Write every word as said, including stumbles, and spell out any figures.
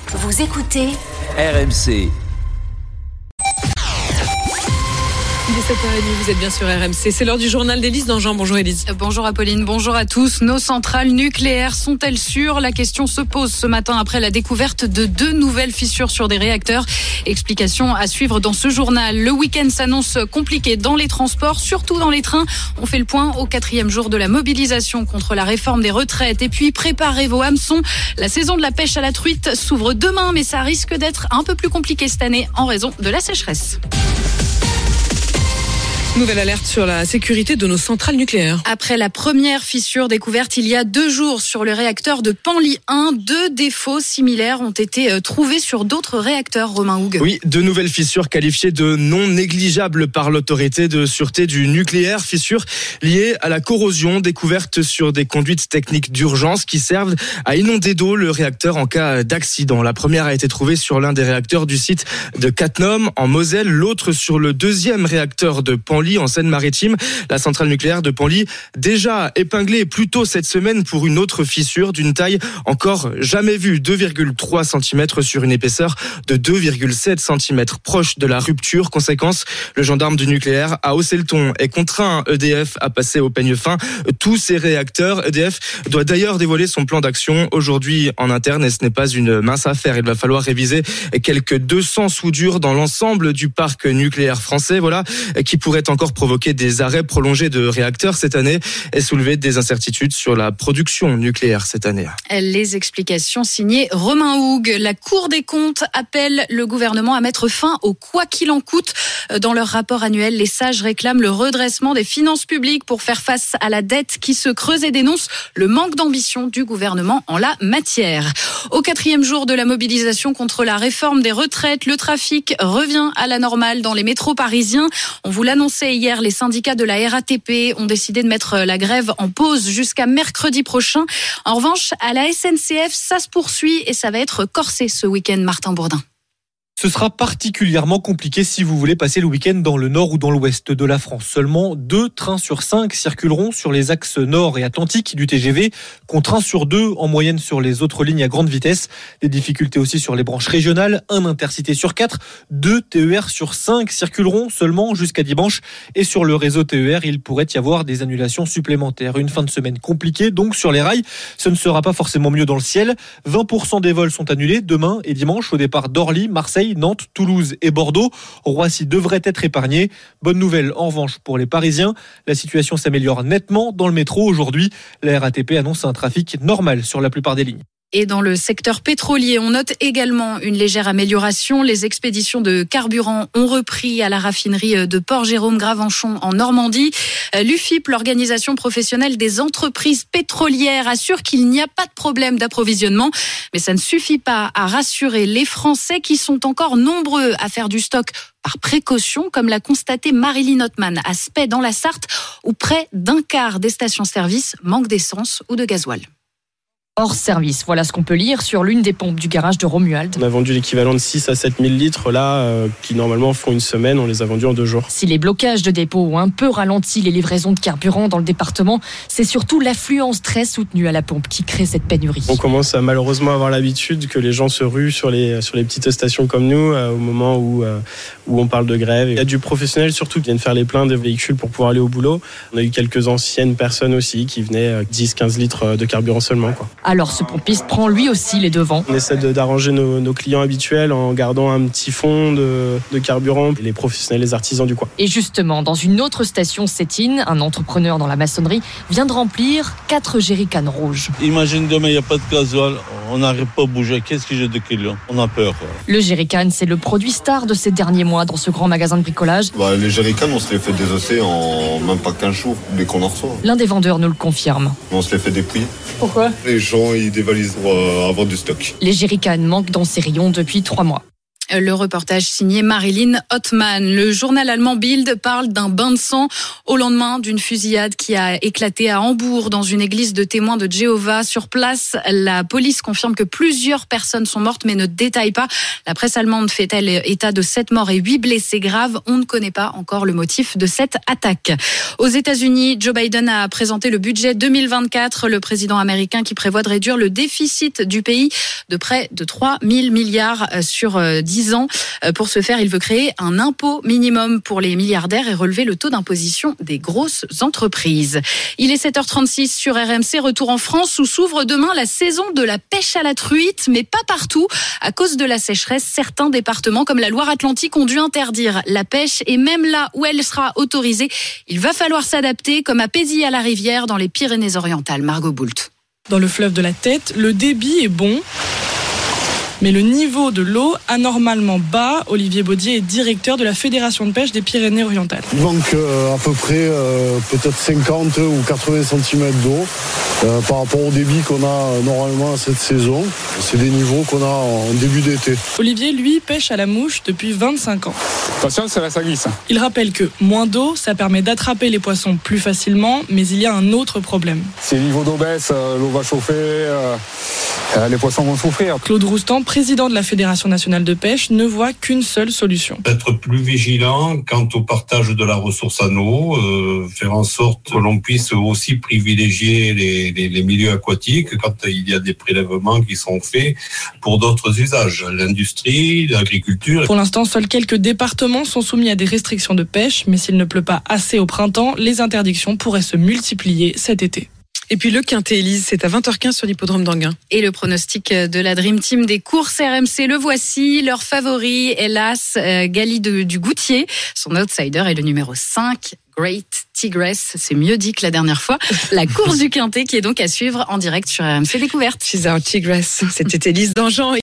Vous écoutez R M C. Il est sept heures trente, vous êtes bien sur R M C. C'est l'heure du journal d'Élise Dangean. Bonjour Élise. Bonjour Apolline, bonjour à tous. Nos centrales nucléaires sont-elles sûres ? La question se pose ce matin après la découverte de deux nouvelles fissures sur des réacteurs. Explication à suivre dans ce journal. Le week-end s'annonce compliqué dans les transports, surtout dans les trains. On fait le point au quatrième jour de la mobilisation contre la réforme des retraites. Et puis préparez vos hameçons. La saison de la pêche à la truite s'ouvre demain, mais ça risque d'être un peu plus compliqué cette année en raison de la sécheresse. Nouvelle alerte sur la sécurité de nos centrales nucléaires. Après la première fissure découverte il y a deux jours sur le réacteur de Penly un, deux défauts similaires ont été trouvés sur d'autres réacteurs, Romain Hougue. Oui, deux nouvelles fissures qualifiées de non négligeables par l'autorité de sûreté du nucléaire. Fissures liées à la corrosion découverte sur des conduites techniques d'urgence qui servent à inonder d'eau le réacteur en cas d'accident. La première a été trouvée sur l'un des réacteurs du site de Cattenom en Moselle, l'autre sur le deuxième réacteur de Penly en Seine-Maritime. La centrale nucléaire de Penly, déjà épinglée plus tôt cette semaine pour une autre fissure d'une taille encore jamais vue, deux virgule trois centimètres sur une épaisseur de deux virgule sept centimètres, proche de la rupture. Conséquence, le gendarme du nucléaire a haussé le ton et contraint E D F à passer au peigne fin tous ses réacteurs. E D F doit d'ailleurs dévoiler son plan d'action aujourd'hui en interne et ce n'est pas une mince affaire. Il va falloir réviser quelques deux cents soudures dans l'ensemble du parc nucléaire français, voilà, qui pourrait encore provoquer des arrêts prolongés de réacteurs cette année et soulever des incertitudes sur la production nucléaire cette année. Les explications signées Romain Hougue. La Cour des comptes appelle le gouvernement à mettre fin au quoi qu'il en coûte. Dans leur rapport annuel, les sages réclament le redressement des finances publiques pour faire face à la dette qui se creuse et dénoncent le manque d'ambition du gouvernement en la matière. Au quatrième jour de la mobilisation contre la réforme des retraites, le trafic revient à la normale dans les métros parisiens. On vous l'annonçait hier, les syndicats de la R A T P ont décidé de mettre la grève en pause jusqu'à mercredi prochain. En revanche, à la S N C F, ça se poursuit et ça va être corsé ce week-end, Martin Bourdin. Ce sera particulièrement compliqué si vous voulez passer le week-end dans le nord ou dans l'ouest de la France. Seulement deux trains sur cinq circuleront sur les axes nord et atlantique du T G V, contre un sur deux en moyenne sur les autres lignes à grande vitesse. Des difficultés aussi sur les branches régionales, un intercité sur quatre, deux T E R sur cinq circuleront seulement jusqu'à dimanche. Et sur le réseau T E R, il pourrait y avoir des annulations supplémentaires. Une fin de semaine compliquée donc sur les rails. Ce ne sera pas forcément mieux dans le ciel. vingt pour cent des vols sont annulés demain et dimanche au départ d'Orly, Marseille, Nantes, Toulouse et Bordeaux. Roissy devrait être épargné. Bonne nouvelle en revanche pour les Parisiens. La situation s'améliore nettement dans le métro aujourd'hui. La R A T P annonce un trafic normal sur la plupart des lignes. Et dans le secteur pétrolier, on note également une légère amélioration. Les expéditions de carburant ont repris à la raffinerie de Port-Jérôme-Gravenchon en Normandie. L'U F I P, l'organisation professionnelle des entreprises pétrolières, assure qu'il n'y a pas de problème d'approvisionnement. Mais ça ne suffit pas à rassurer les Français qui sont encore nombreux à faire du stock par précaution, comme l'a constaté Marilyn Ottman à Spey dans la Sarthe, où près d'un quart des stations-service manquent d'essence ou de gasoil. Hors service, voilà ce qu'on peut lire sur l'une des pompes du garage de Romuald. On a vendu l'équivalent de six à sept mille litres là, euh, qui normalement font une semaine, on les a vendus en deux jours. Si les blocages de dépôt ont un peu ralenti les livraisons de carburant dans le département, c'est surtout l'affluence très soutenue à la pompe qui crée cette pénurie. On commence à malheureusement avoir l'habitude que les gens se ruent sur les, sur les petites stations comme nous euh, au moment où, euh, où on parle de grève. Il y a du professionnel surtout qui viennent faire les pleins des véhicules pour pouvoir aller au boulot. On a eu quelques anciennes personnes aussi qui venaient euh, dix à quinze litres de carburant seulement, quoi. Alors ce pompiste prend lui aussi les devants. On essaie de, d'arranger nos, nos clients habituels en gardant un petit fond de, de carburant, les professionnels, les artisans du coin. Et justement, dans une autre station Sétine, un entrepreneur dans la maçonnerie vient de remplir quatre jerrycans rouges. Imagine demain, il n'y a pas de gasoil, on n'arrive pas à bouger. Qu'est-ce que j'ai de clients ? On a peur. Quoi. Le jerrycan, c'est le produit star de ces derniers mois dans ce grand magasin de bricolage. Bah, les jerrycans, on se les fait désosser en même pas quinze jours dès qu'on en reçoit. L'un des vendeurs nous le confirme. On se les fait dépouiller. Pourquoi ? Les gens, ils dévalisent pour avoir du stock. Les jerrycans manquent dans ces rayons depuis trois mois. Le reportage signé Marilyn Ottmann. Le journal allemand Bild parle d'un bain de sang au lendemain d'une fusillade qui a éclaté à Hambourg dans une église de témoins de Jéhovah. Sur place, la police confirme que plusieurs personnes sont mortes mais ne détaille pas. La presse allemande fait elle état de sept morts et huit blessés graves. On ne connaît pas encore le motif de cette attaque. Aux États-Unis, Joe Biden a présenté le budget deux mille vingt-quatre. Le président américain qui prévoit de réduire le déficit du pays de près de trois mille milliards sur dix ans. Pour ce faire, il veut créer un impôt minimum pour les milliardaires et relever le taux d'imposition des grosses entreprises. Il est sept heures trente-six sur R M C, retour en France où s'ouvre demain la saison de la pêche à la truite, mais pas partout. À cause de la sécheresse, certains départements comme la Loire-Atlantique ont dû interdire la pêche et même là où elle sera autorisée, il va falloir s'adapter comme à Pézy-à-la-Rivière dans les Pyrénées-Orientales. Margot Boult. Dans le fleuve de la Tête, le débit est bon, mais le niveau de l'eau anormalement bas. Olivier Baudier est directeur de la Fédération de pêche des Pyrénées-Orientales. Il manque euh, à peu près euh, peut-être cinquante ou quatre-vingts centimètres d'eau euh, par rapport au débit qu'on a euh, normalement cette saison. C'est des niveaux qu'on a en début d'été. Olivier, lui, pêche à la mouche depuis vingt-cinq ans. Attention, ça, ça glisse. Il rappelle que moins d'eau, ça permet d'attraper les poissons plus facilement, mais il y a un autre problème. Si le niveau d'eau baisse, euh, l'eau va chauffer, euh, euh, les poissons vont souffrir. Claude Roustan, président de la Fédération nationale de pêche, ne voit qu'une seule solution. Être plus vigilant quant au partage de la ressource en eau, euh, faire en sorte que l'on puisse aussi privilégier les, les, les milieux aquatiques quand il y a des prélèvements qui sont faits pour d'autres usages, l'industrie, l'agriculture. Pour l'instant, seuls quelques départements sont soumis à des restrictions de pêche, mais s'il ne pleut pas assez au printemps, les interdictions pourraient se multiplier cet été. Et puis le Quintet, Élise, c'est à vingt heures quinze sur l'hippodrome d'Anguin. Et le pronostic de la Dream Team des courses R M C, le voici. Leur favori, hélas, euh, Gali de, du Goutier. Son outsider est le numéro cinq, Great Tigress. C'est mieux dit que la dernière fois. La course du Quintet qui est donc à suivre en direct sur R M C Découverte. She's our Tigress. C'était Élise Dangean.